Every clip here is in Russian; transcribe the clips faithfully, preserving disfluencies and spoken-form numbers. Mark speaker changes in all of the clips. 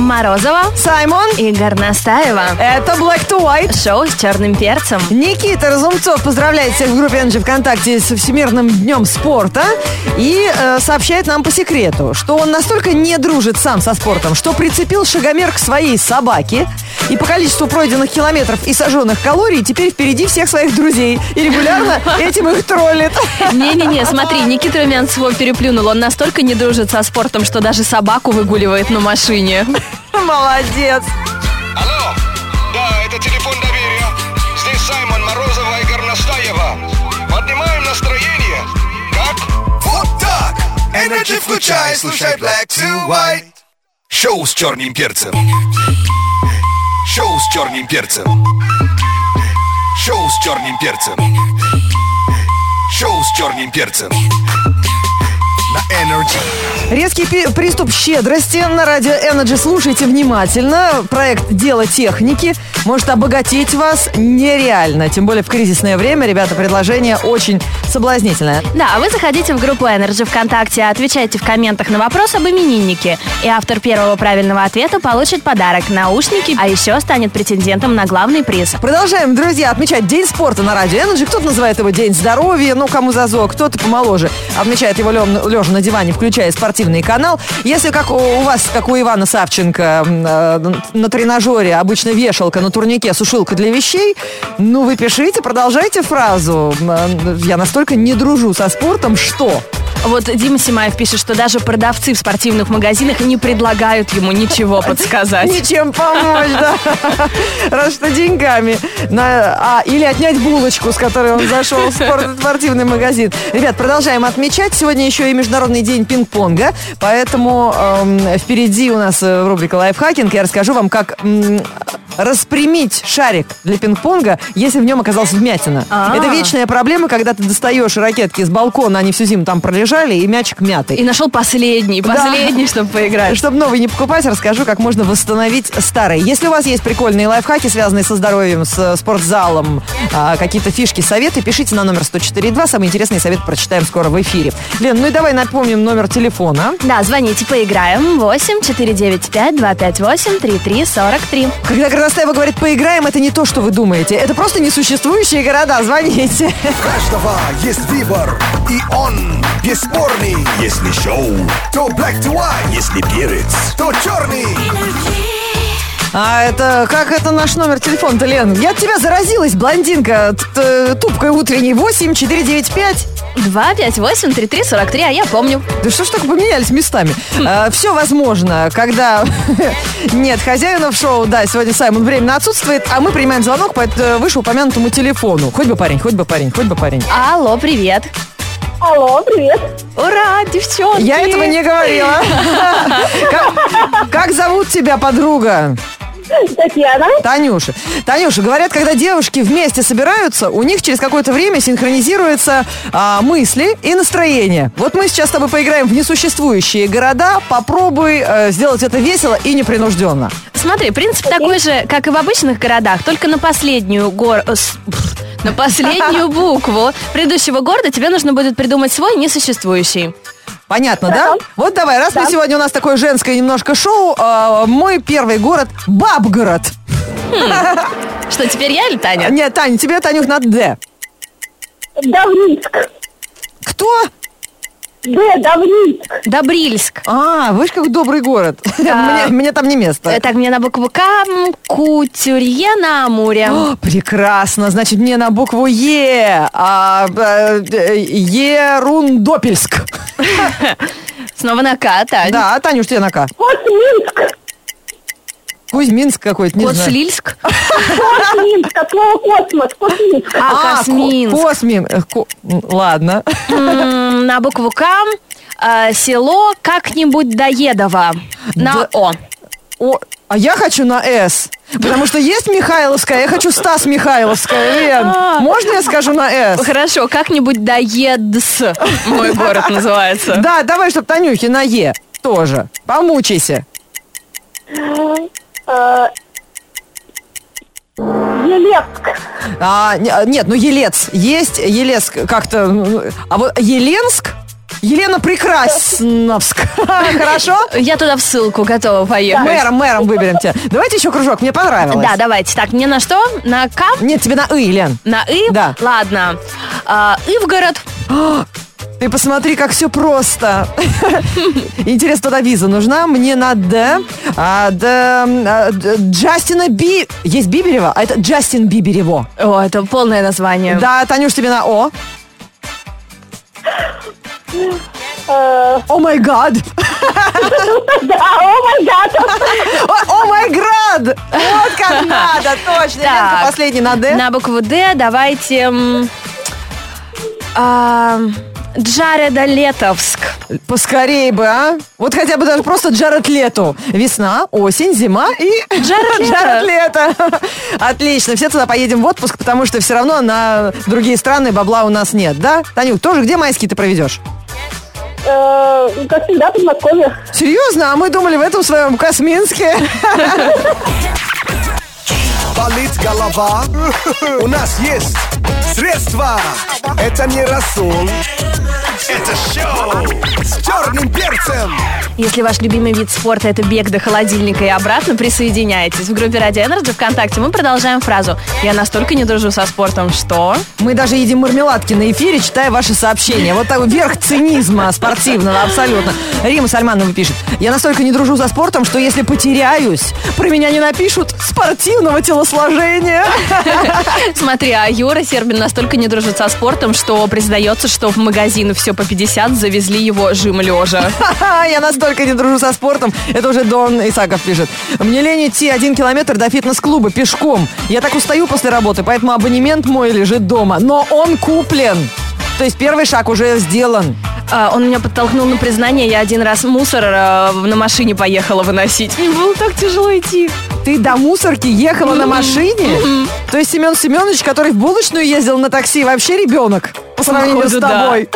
Speaker 1: Морозова,
Speaker 2: Саймон
Speaker 1: и Горностаева.
Speaker 2: Это Black to White.
Speaker 1: Шоу с черным перцем.
Speaker 2: Никита Разумцов поздравляет всех в группе Energy ВКонтакте со Всемирным днем спорта и э, сообщает нам по секрету, что он настолько не дружит сам со спортом, что прицепил шагомер к своей собаке и по количеству пройденных километров и сожженных калорий теперь впереди всех своих друзей и регулярно этим их троллит.
Speaker 1: Не-не-не, смотри, Никита Румянцев его переплюнул. Он настолько не дружит со спортом, что даже собаку выгуливает на машине.
Speaker 2: Молодец.
Speaker 3: Алло, да, это телефон доверия. Здесь Саймон, Морозова и Горностаева. Поднимаем настроение. Как? Вот так. Energy включай, слушай Black to White. Шоу с черным перцем. Шоу с черным перцем. Шоу с черным перцем. Шоу с черным перцем. На Energy.
Speaker 2: Резкий пи- приступ щедрости на радио Energy. Слушайте внимательно. Проект «Дело техники» может обогатить вас нереально. Тем более в кризисное время, ребята, предложение очень соблазнительное.
Speaker 1: Да, а вы заходите в группу Energy ВКонтакте, отвечайте в комментах на вопрос об имениннике. И автор первого правильного ответа получит подарок — наушники, а еще станет претендентом на главный приз.
Speaker 2: Продолжаем, друзья, отмечать День спорта на радио Energy. Кто-то называет его День здоровья, ну, кому зазо, кто-то помоложе отмечает его лежа на диване, включая спортивный канал. Если, как у вас, как у Ивана Савченко, э, на тренажере обычно вешалка, на турнике сушилка для вещей, ну, вы пишите, продолжайте фразу. Я настолько не дружу со спортом, что...
Speaker 1: Вот Дима Симаев пишет, что даже продавцы в спортивных магазинах не предлагают ему ничего подсказать.
Speaker 2: Ничем помочь, да. Раз что деньгами. На, а, или отнять булочку, с которой он зашел в спорт, спортивный магазин. Ребят, продолжаем отмечать. Сегодня еще и Международный день пинг-понга. Поэтому эм, впереди у нас рубрика «Лайфхакинг». Я расскажу вам, как м, распрямить шарик для пинг-понга, если в нем оказалась вмятина.
Speaker 1: А-а-а.
Speaker 2: Это вечная проблема, когда ты достаешь ракетки с балкона, они всю зиму там пролежали, и мячик мятый.
Speaker 1: И нашел последний, последний, да. Чтобы поиграть.
Speaker 2: Чтобы новый не покупать, расскажу, как можно восстановить старый. Если у вас есть прикольные лайфхаки, связанные со здоровьем, с спортзалом, а, какие-то фишки, советы, пишите на номер сто четыре два. Самые интересные советы прочитаем скоро в эфире. Лен, ну и давай напомним номер телефона.
Speaker 1: Да, звоните, поиграем. восемь четыре девять пять два пять восемь три три сорок три.
Speaker 2: Когда Горностаева говорит «поиграем», это не то, что вы думаете. Это просто несуществующие города. Звоните.
Speaker 3: У каждого есть выбор, и он бесспорный. Если шоу, то Black to White. Если перец, то черный.
Speaker 2: А это, как это наш номер телефона-то, Лен? Я от тебя заразилась, блондинка, т- тупкой утренней. Восемь четыре девять пять
Speaker 1: два пять восемь три три сорок три, а я помню.
Speaker 2: Да что ж так поменялись местами? А, все возможно, когда нет хозяина в шоу. Да, сегодня Саймон временно отсутствует, а мы принимаем звонок по вышеупомянутому телефону. Хоть бы парень, хоть бы парень, хоть бы парень.
Speaker 1: Алло, привет.
Speaker 4: Алло, привет.
Speaker 1: Ура, девчонки.
Speaker 2: Я этого не говорила. Как, как зовут тебя, подруга?
Speaker 4: Татьяна.
Speaker 2: Танюша. Танюша, говорят, когда девушки вместе собираются, у них через какое-то время синхронизируются а, мысли и настроение. Вот мы сейчас с тобой поиграем в несуществующие города. Попробуй а, сделать это весело и непринужденно.
Speaker 1: Смотри, принцип такой же, как и в обычных городах, только на последнюю гор... на последнюю букву предыдущего города тебе нужно будет придумать свой несуществующий.
Speaker 2: Понятно, да?
Speaker 4: Да.
Speaker 2: Вот давай, раз
Speaker 4: Да.
Speaker 2: мы сегодня у нас такое женское немножко шоу, а, мой первый город — Бабгород.
Speaker 1: Что, теперь я или Таня?
Speaker 2: Нет, Таня, тебе, Танюх, надо Д.
Speaker 4: Давнинск.
Speaker 2: Кто?
Speaker 4: Д, Давнинск.
Speaker 1: Добрильск.
Speaker 2: А, вы ж как добрый город. Мне, мне там не место.
Speaker 1: Так, мне на букву К. Кутюрье на Амуре.
Speaker 2: О, прекрасно. Значит, мне на букву Е. А, э, э, Ерундопельск.
Speaker 1: Снова на К, Тань.
Speaker 2: Да, Танюш, тебе на К.
Speaker 4: Косминск.
Speaker 2: Кузьминск какой-то, не знаю.
Speaker 1: Кослильск.
Speaker 4: Косминск. От слова космос. Косминск.
Speaker 1: А, Косминск.
Speaker 2: Ко- Космин. э, ко- м, Ладно.
Speaker 1: М, На букву К. э, Село как-нибудь Доедово. На
Speaker 2: Да.
Speaker 1: О.
Speaker 2: О, а я хочу на С. Потому что есть Михайловская, я хочу Стас Михайловская. Лен, можно я скажу на С?
Speaker 1: Хорошо, как-нибудь Доедс. Мой город называется.
Speaker 2: Да, давай, чтоб Танюхи на Е тоже. Помучайся.
Speaker 4: Э, Елецк.
Speaker 2: А, не- нет, ну Елец есть, Елецк как-то... ну, А вот Еленск? Елена Прекрасновск. Хорошо?
Speaker 1: Я туда в ссылку готова поехать.
Speaker 2: Мэром, мэром выберем тебя. Давайте еще кружок, мне понравилось.
Speaker 1: Да, давайте. Так, мне на что? На К?
Speaker 2: Нет, тебе на «и», Лен.
Speaker 1: На И?
Speaker 2: Да.
Speaker 1: Ладно. А, Ивгород.
Speaker 2: Ты посмотри, как все просто. Интересно, туда виза нужна? Мне на «д». А, «д», а, «д», Джастина Би... Есть Биберева, а это Джастин Биберево.
Speaker 1: О, это полное название.
Speaker 2: Да, Танюш, тебе на «о».
Speaker 4: Э,
Speaker 2: О май гад.
Speaker 4: Да, о май гад.
Speaker 2: О май гад. Вот как надо, точно.
Speaker 1: Так.
Speaker 2: Ленка, последний на «д».
Speaker 1: На букву Д давайте... м, а, Джаредолетовск.
Speaker 2: Поскорей бы, а? Вот хотя бы даже просто Джаред Лету. Весна, осень, зима и
Speaker 1: Джаред Лето.
Speaker 2: Джаред Лето. Отлично, все туда поедем в отпуск, потому что все равно на другие страны бабла у нас нет, да? Танюк, тоже где майские ты проведешь?
Speaker 4: Э, Как всегда, Подмосковье.
Speaker 2: Серьезно? А мы думали в этом своем Косминске.
Speaker 3: Болит голова? У нас есть средства. Это не рассол. Это шоу с черным перцем.
Speaker 1: Если ваш любимый вид спорта — это бег до холодильника и обратно, присоединяйтесь. В группе Радио Энерджи ВКонтакте мы продолжаем фразу «Я настолько не дружу со спортом, что...»
Speaker 2: Мы даже едим мармеладки на эфире, читая ваши сообщения. Вот такой верх цинизма спортивного, абсолютно. Рима Сальманова пишет: «Я настолько не дружу за спортом, что если потеряюсь, про меня не напишут спортивного телосложения».
Speaker 1: Смотри, а Юра Сербин настолько не дружит со спортом, что признается, что в магазин «Все по пятьдесят» завезли его жим лежа.
Speaker 2: Я настолько не дружу со спортом. Это уже Дон Исаков пишет. Мне лень идти один километр до фитнес-клуба пешком. Я так устаю после работы, поэтому абонемент мой лежит дома. Но он куплен. То есть первый шаг уже сделан.
Speaker 1: А, он меня подтолкнул на признание. Я один раз мусор э, на машине поехала выносить. Мне было так тяжело идти.
Speaker 2: Ты до мусорки ехала на машине? То есть Семен Семенович, который в булочную ездил на такси, вообще ребенок по сравнению
Speaker 1: Походу,
Speaker 2: с
Speaker 1: да.
Speaker 2: тобой.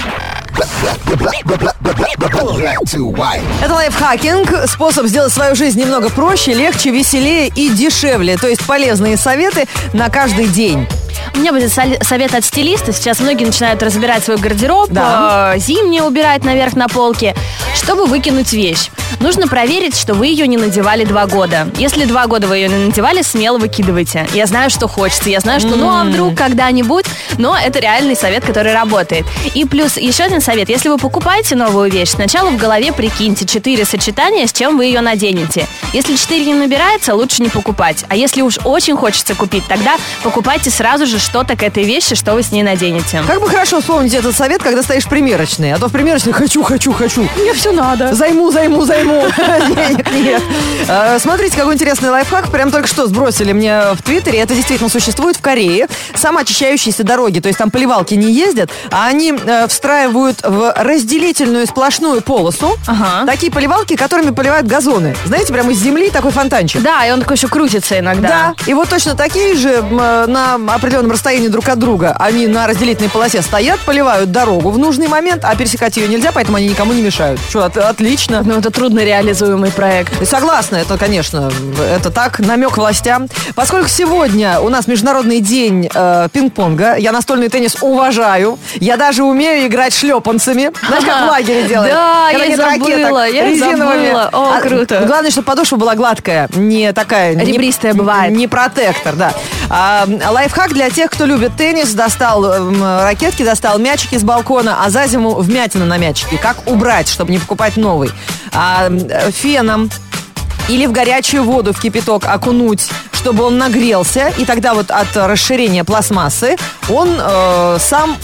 Speaker 2: Это лайфхакинг, способ сделать свою жизнь немного проще, легче, веселее и дешевле. То есть полезные советы на каждый день.
Speaker 1: У меня будет сол- совет от стилиста. Сейчас многие начинают разбирать свой гардероб,
Speaker 2: Да.
Speaker 1: э, зимнее убирать наверх на полке. Чтобы выкинуть вещь, нужно проверить, что вы ее не надевали два года. Если два года вы ее не надевали, смело выкидывайте. Я знаю, что хочется, я знаю, что ну а вдруг когда-нибудь, но это реальный совет, который работает. И плюс еще один совет. Если вы покупаете новую вещь, сначала в голове прикиньте четыре сочетания, с чем вы ее наденете. Если четыре не набирается, лучше не покупать. А если уж очень хочется купить, тогда покупайте сразу же что-то к этой вещи, что вы с ней наденете.
Speaker 2: Как бы хорошо вспомнить этот совет, когда стоишь в примерочной. А то в примерочной хочу, хочу, хочу.
Speaker 1: Мне все надо.
Speaker 2: Займу, займу, займу. Денег нет. А, Смотрите, какой интересный лайфхак. Прям только что сбросили мне в Твиттере. Это действительно существует в Корее. Самоочищающиеся дороги. То есть там поливалки не ездят, а они э, встраивают в разделительную сплошную полосу
Speaker 1: Ага.
Speaker 2: такие поливалки, которыми поливают газоны. Знаете, прям из земли такой фонтанчик.
Speaker 1: Да, и он такой еще крутится иногда.
Speaker 2: Да, и вот точно такие же м, э, на определенном расстоянии друг от друга. Они на разделительной полосе стоят, поливают дорогу в нужный момент, а пересекать ее нельзя, поэтому они никому не мешают. Что, от- отлично.
Speaker 1: Ну, это трудно реализуемый проект.
Speaker 2: И согласна, это, конечно, это так, намек властям. Поскольку сегодня у нас Международный день э, пинг-понга, я настольный теннис уважаю, я даже умею играть шлепанцами. Знаешь, как в лагере делают?
Speaker 1: Да,
Speaker 2: Когда
Speaker 1: я
Speaker 2: нет
Speaker 1: забыла,
Speaker 2: ракеток
Speaker 1: я
Speaker 2: резиновыми.
Speaker 1: забыла. О,
Speaker 2: А,
Speaker 1: круто.
Speaker 2: Главное, чтобы подошва была гладкая, не такая... не-
Speaker 1: Ребристая бывает.
Speaker 2: Не протектор, да. А, лайфхак для тех, кто любит теннис, достал м, ракетки, достал мячики с балкона, а за зиму вмятина на мячике. Как убрать, чтобы не покупать новый? А, э, феном или в горячую воду, в кипяток окунуть, чтобы он нагрелся, и тогда вот от расширения пластмассы он э, сам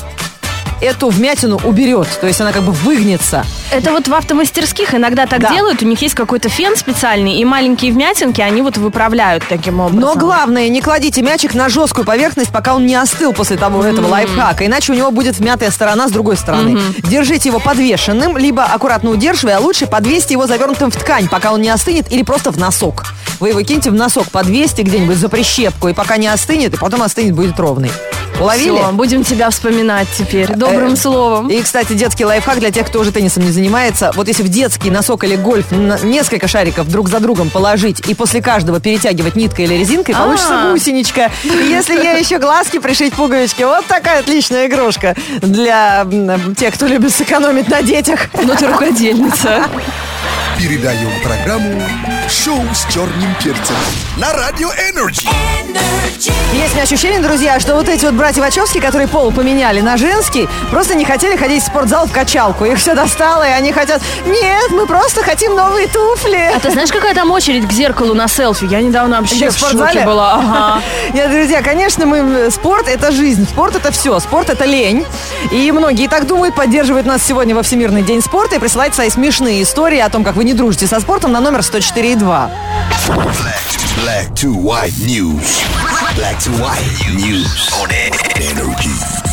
Speaker 2: эту вмятину уберет, то есть она как бы выгнется.
Speaker 1: Это вот в автомастерских иногда так
Speaker 2: Да.
Speaker 1: делают. У них есть какой-то фен специальный, и маленькие вмятинки они вот выправляют таким образом.
Speaker 2: Но главное, не кладите мячик на жесткую поверхность, пока он не остыл после того этого лайфхака, иначе у него будет вмятая сторона с другой стороны. Держите его подвешенным, либо аккуратно удерживая, а лучше подвесьте его завернутым в ткань, пока он не остынет, или просто в носок. Вы его киньте в носок, подвесьте где-нибудь за прищепку, и пока не остынет, и потом остынет, будет ровный. Уловили?
Speaker 1: Все, будем тебя вспоминать теперь добрым
Speaker 2: Э,
Speaker 1: словом.
Speaker 2: И, кстати, детский лайфхак для тех, кто уже теннисом не занимается. Вот если в детский носок или гольф на- несколько шариков друг за другом положить и после каждого перетягивать ниткой или резинкой, получится
Speaker 1: А.
Speaker 2: гусеничка. И если ей еще глазки пришить, пуговички, вот такая отличная игрушка для м, тех, кто любит сэкономить на детях.
Speaker 1: Ну ты рукодельница.
Speaker 3: Передаем программу «Шоу с черным перцем» на Радио Энерджи.
Speaker 2: Есть у меня ощущение, друзья, что вот эти вот братья Вачовски, которые пол поменяли на женский, просто не хотели ходить в спортзал в качалку. Их все достало, и они хотят: нет, мы просто хотим новые туфли.
Speaker 1: А ты знаешь, какая там очередь к зеркалу на селфи? Я недавно вообще
Speaker 2: Где, в
Speaker 1: в шоке
Speaker 2: спортзале?
Speaker 1: была. Ага.
Speaker 2: Нет, друзья, конечно, мы спорт — это жизнь, спорт — это все, спорт — это лень. И многие так думают, поддерживают нас сегодня во Всемирный день спорта и присылают свои смешные истории о том, как вы не дружите со спортом, на номер сто четыре и два.
Speaker 3: Black to white news. Black to white news on Energy.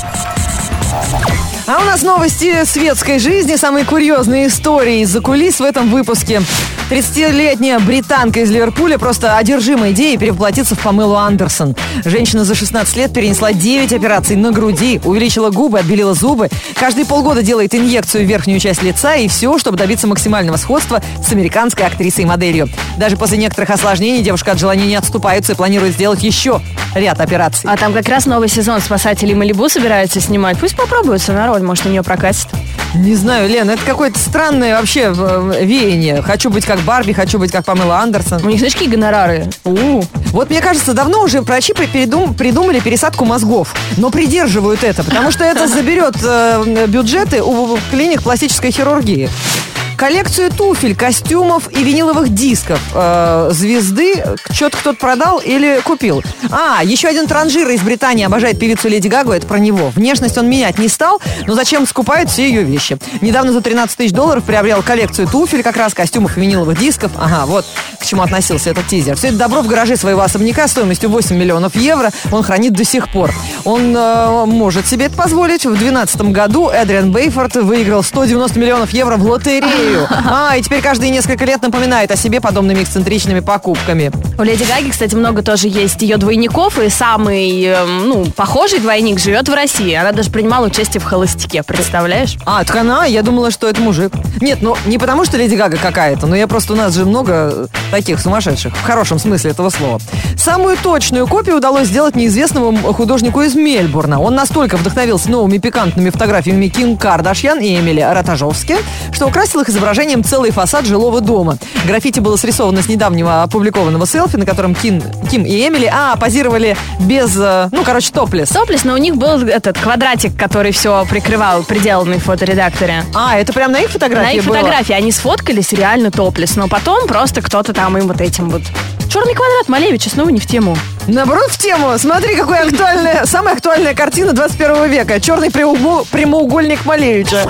Speaker 2: А у нас новости светской жизни, самые курьезные истории из-за кулис в этом выпуске. тридцатилетняя британка из Ливерпуля просто одержима идеей перевоплотиться в Памелу Андерсон. Женщина за шестнадцать лет перенесла девять операций на груди, увеличила губы, отбелила зубы. Каждые полгода делает инъекцию в верхнюю часть лица, и все, чтобы добиться максимального сходства с американской актрисой и моделью. Даже после некоторых осложнений девушка от желания не отступается и планирует сделать еще ряд операций.
Speaker 1: А там как раз новый сезон «Спасателей Малибу» собирается снимать. Пусть попробуется на роль, может, у нее прокатит.
Speaker 2: Не знаю, Лен, это какое-то странное вообще э, веяние. Хочу быть как Барби, хочу быть как Памела Андерсон.
Speaker 1: У них, знаешь, какие гонорары? У.
Speaker 2: Вот мне кажется, давно уже врачи передум- придумали пересадку мозгов, но придерживают это, потому что это заберет э, бюджеты у клиник пластической хирургии. Коллекцию туфель, костюмов и виниловых дисков э, звезды что-то кто-то продал или купил. А, еще один транжир из Британии обожает певицу Леди Гагу, это про него. Внешность он менять не стал, но зачем скупает все ее вещи. Недавно за тринадцать тысяч долларов приобрел коллекцию туфель, как раз костюмов и виниловых дисков. Ага, вот к чему относился этот тизер. Все это добро в гараже своего особняка стоимостью восемь миллионов евро он хранит до сих пор. Он э, может себе это позволить. В две тысячи двенадцатом году Эдриан Бейфорд выиграл сто девяносто миллионов евро в лотерею. А, и теперь каждые несколько лет напоминает о себе подобными эксцентричными покупками.
Speaker 1: У Леди Гаги, кстати, много тоже есть ее двойников, и самый, э, ну, похожий двойник живет в России. Она даже принимала участие в «Холостяке», представляешь?
Speaker 2: А, так она, я думала, что это мужик. Нет, ну не потому, что Леди Гага какая-то, но я просто, у нас же много таких сумасшедших, в хорошем смысле этого слова. Самую точную копию удалось сделать неизвестному художнику из Мельбурна. Он настолько вдохновился новыми пикантными фотографиями Ким Кардашьян и Эмили Ратажовски, что украсил их изображением целый фасад жилого дома. Граффити было срисовано с недавнего опубликованного селфи, на котором Ким, Ким и Эмили, а, позировали без, ну, короче, топлес.
Speaker 1: Топлес, но у них был этот квадратик, который все прикрывал, приделанный в фоторедакторе.
Speaker 2: А, это прям на их фотографии
Speaker 1: На их
Speaker 2: было?
Speaker 1: фотографии они сфоткались реально топлес, но потом просто кто-то там им вот этим вот... Черный квадрат Малевича снова не в тему.
Speaker 2: Наоборот, в тему. Смотри, какая актуальная, самая актуальная картина двадцать первого века. Черный прямоугол- прямоугольник Малевича.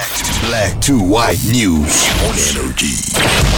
Speaker 3: Black to white news on Energy.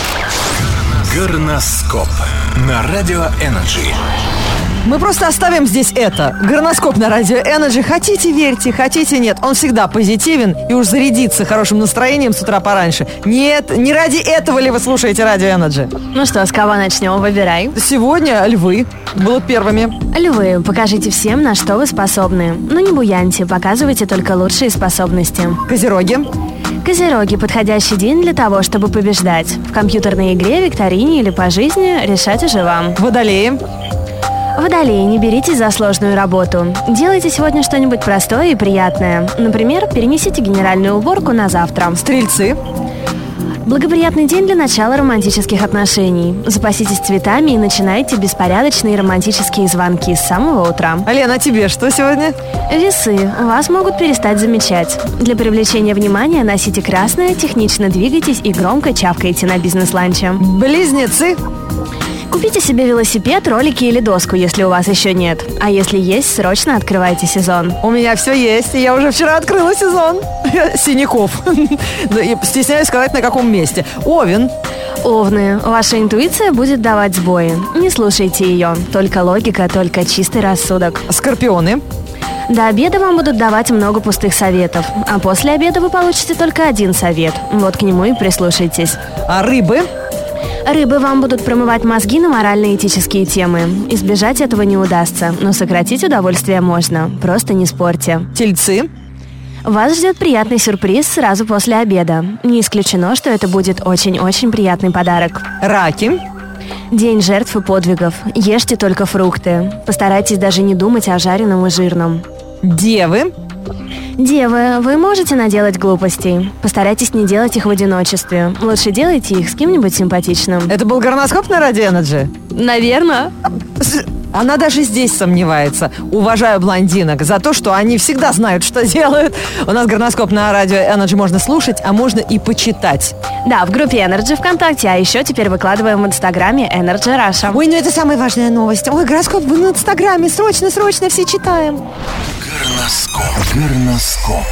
Speaker 3: Горноскоп на Радио Энерджи.
Speaker 2: Мы просто оставим здесь это. Горноскоп на Радио Энерджи. Хотите, верьте, хотите, нет. Он всегда позитивен и уж зарядится хорошим настроением с утра пораньше. Нет, не ради этого ли вы слушаете Радио Энерджи?
Speaker 1: Ну что, с кого начнем? Выбирай.
Speaker 2: Сегодня львы будут первыми.
Speaker 1: Львы, покажите всем, на что вы способны. Но не буяньте, показывайте только лучшие способности.
Speaker 2: Козероги.
Speaker 1: Козероги – подходящий день для того, чтобы побеждать. В компьютерной игре, викторине или по жизни решать уже вам.
Speaker 2: Водолеи.
Speaker 1: Водолеи, не беритесь за сложную работу. Делайте сегодня что-нибудь простое и приятное. Например, перенесите генеральную уборку на завтра.
Speaker 2: Стрельцы.
Speaker 1: Благоприятный день для начала романтических отношений. Запаситесь цветами и начинайте беспорядочные романтические звонки с самого утра.
Speaker 2: Лена, а тебе что сегодня?
Speaker 1: Весы. Вас могут перестать замечать. Для привлечения внимания носите красное, технично двигайтесь и громко чавкайте на бизнес-ланче.
Speaker 2: Близнецы.
Speaker 1: Купите себе велосипед, ролики или доску, если у вас еще нет. А если есть, срочно открывайте сезон.
Speaker 2: У меня все есть, и я уже вчера открыла сезон синяков. И стесняюсь сказать, на каком месте. Овен.
Speaker 1: Овны, ваша интуиция будет давать сбои. Не слушайте ее. Только логика, только чистый рассудок.
Speaker 2: Скорпионы.
Speaker 1: До обеда вам будут давать много пустых советов. А после обеда вы получите только один совет. Вот к нему и прислушайтесь.
Speaker 2: А рыбы.
Speaker 1: Рыбы вам будут промывать мозги на морально-этические темы. Избежать этого не удастся, но сократить удовольствие можно. Просто не спорьте.
Speaker 2: Тельцы.
Speaker 1: Вас ждет приятный сюрприз сразу после обеда. Не исключено, что это будет очень-очень приятный подарок.
Speaker 2: Раки.
Speaker 1: День жертв и подвигов. Ешьте только фрукты. Постарайтесь даже не думать о жареном и жирном.
Speaker 2: Девы.
Speaker 1: Девы, вы можете наделать глупостей. Постарайтесь не делать их в одиночестве. Лучше делайте их с кем-нибудь симпатичным.
Speaker 2: Это был гороскоп на Радио Energy?
Speaker 1: Наверное.
Speaker 2: Она даже здесь сомневается. Уважаю блондинок за то, что они всегда знают, что делают. У нас гороскоп на Радио Energy можно слушать, а можно и почитать.
Speaker 1: Да, в группе Energy ВКонтакте, а еще теперь выкладываем в Инстаграме Energy Russia.
Speaker 2: Ой, ну это самая важная новость. Ой, гороскоп в Инстаграме. Срочно, срочно все читаем.
Speaker 3: Горноскоп. Горноскоп.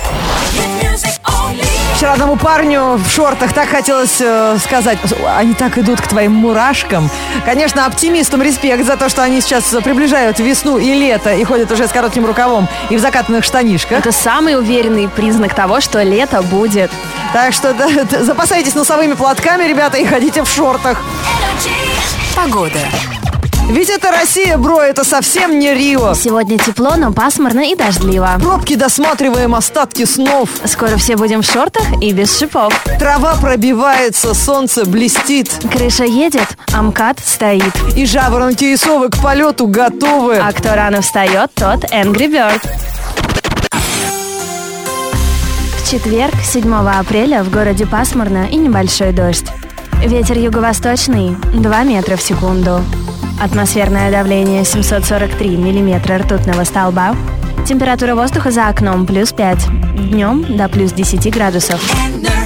Speaker 2: Вчера одному парню в шортах так хотелось э, сказать, они так идут к твоим мурашкам. Конечно, оптимистам респект за то, что они сейчас приближают весну и лето и ходят уже с коротким рукавом и в закатанных штанишках.
Speaker 1: Это самый уверенный признак того, что лето будет.
Speaker 2: Так что да, да, запасайтесь носовыми платками, ребята, и ходите в шортах.
Speaker 5: Погода.
Speaker 2: Ведь это Россия, бро, это совсем не Рио.
Speaker 1: Сегодня тепло, но пасмурно и дождливо.
Speaker 2: Пробки досматриваем, остатки снов.
Speaker 1: Скоро все будем в шортах и без шипов.
Speaker 2: Трава пробивается, солнце блестит.
Speaker 1: Крыша едет, а МКАД стоит.
Speaker 2: И жаворонки и совы к полету готовы.
Speaker 1: А кто рано встает, тот Angry Bird. В четверг, седьмого апреля, в городе пасмурно и небольшой дождь. Ветер юго-восточный два метра в секунду. Атмосферное давление семьсот сорок три миллиметра ртутного столба. Температура воздуха за окном плюс пять. Днем до плюс десять градусов.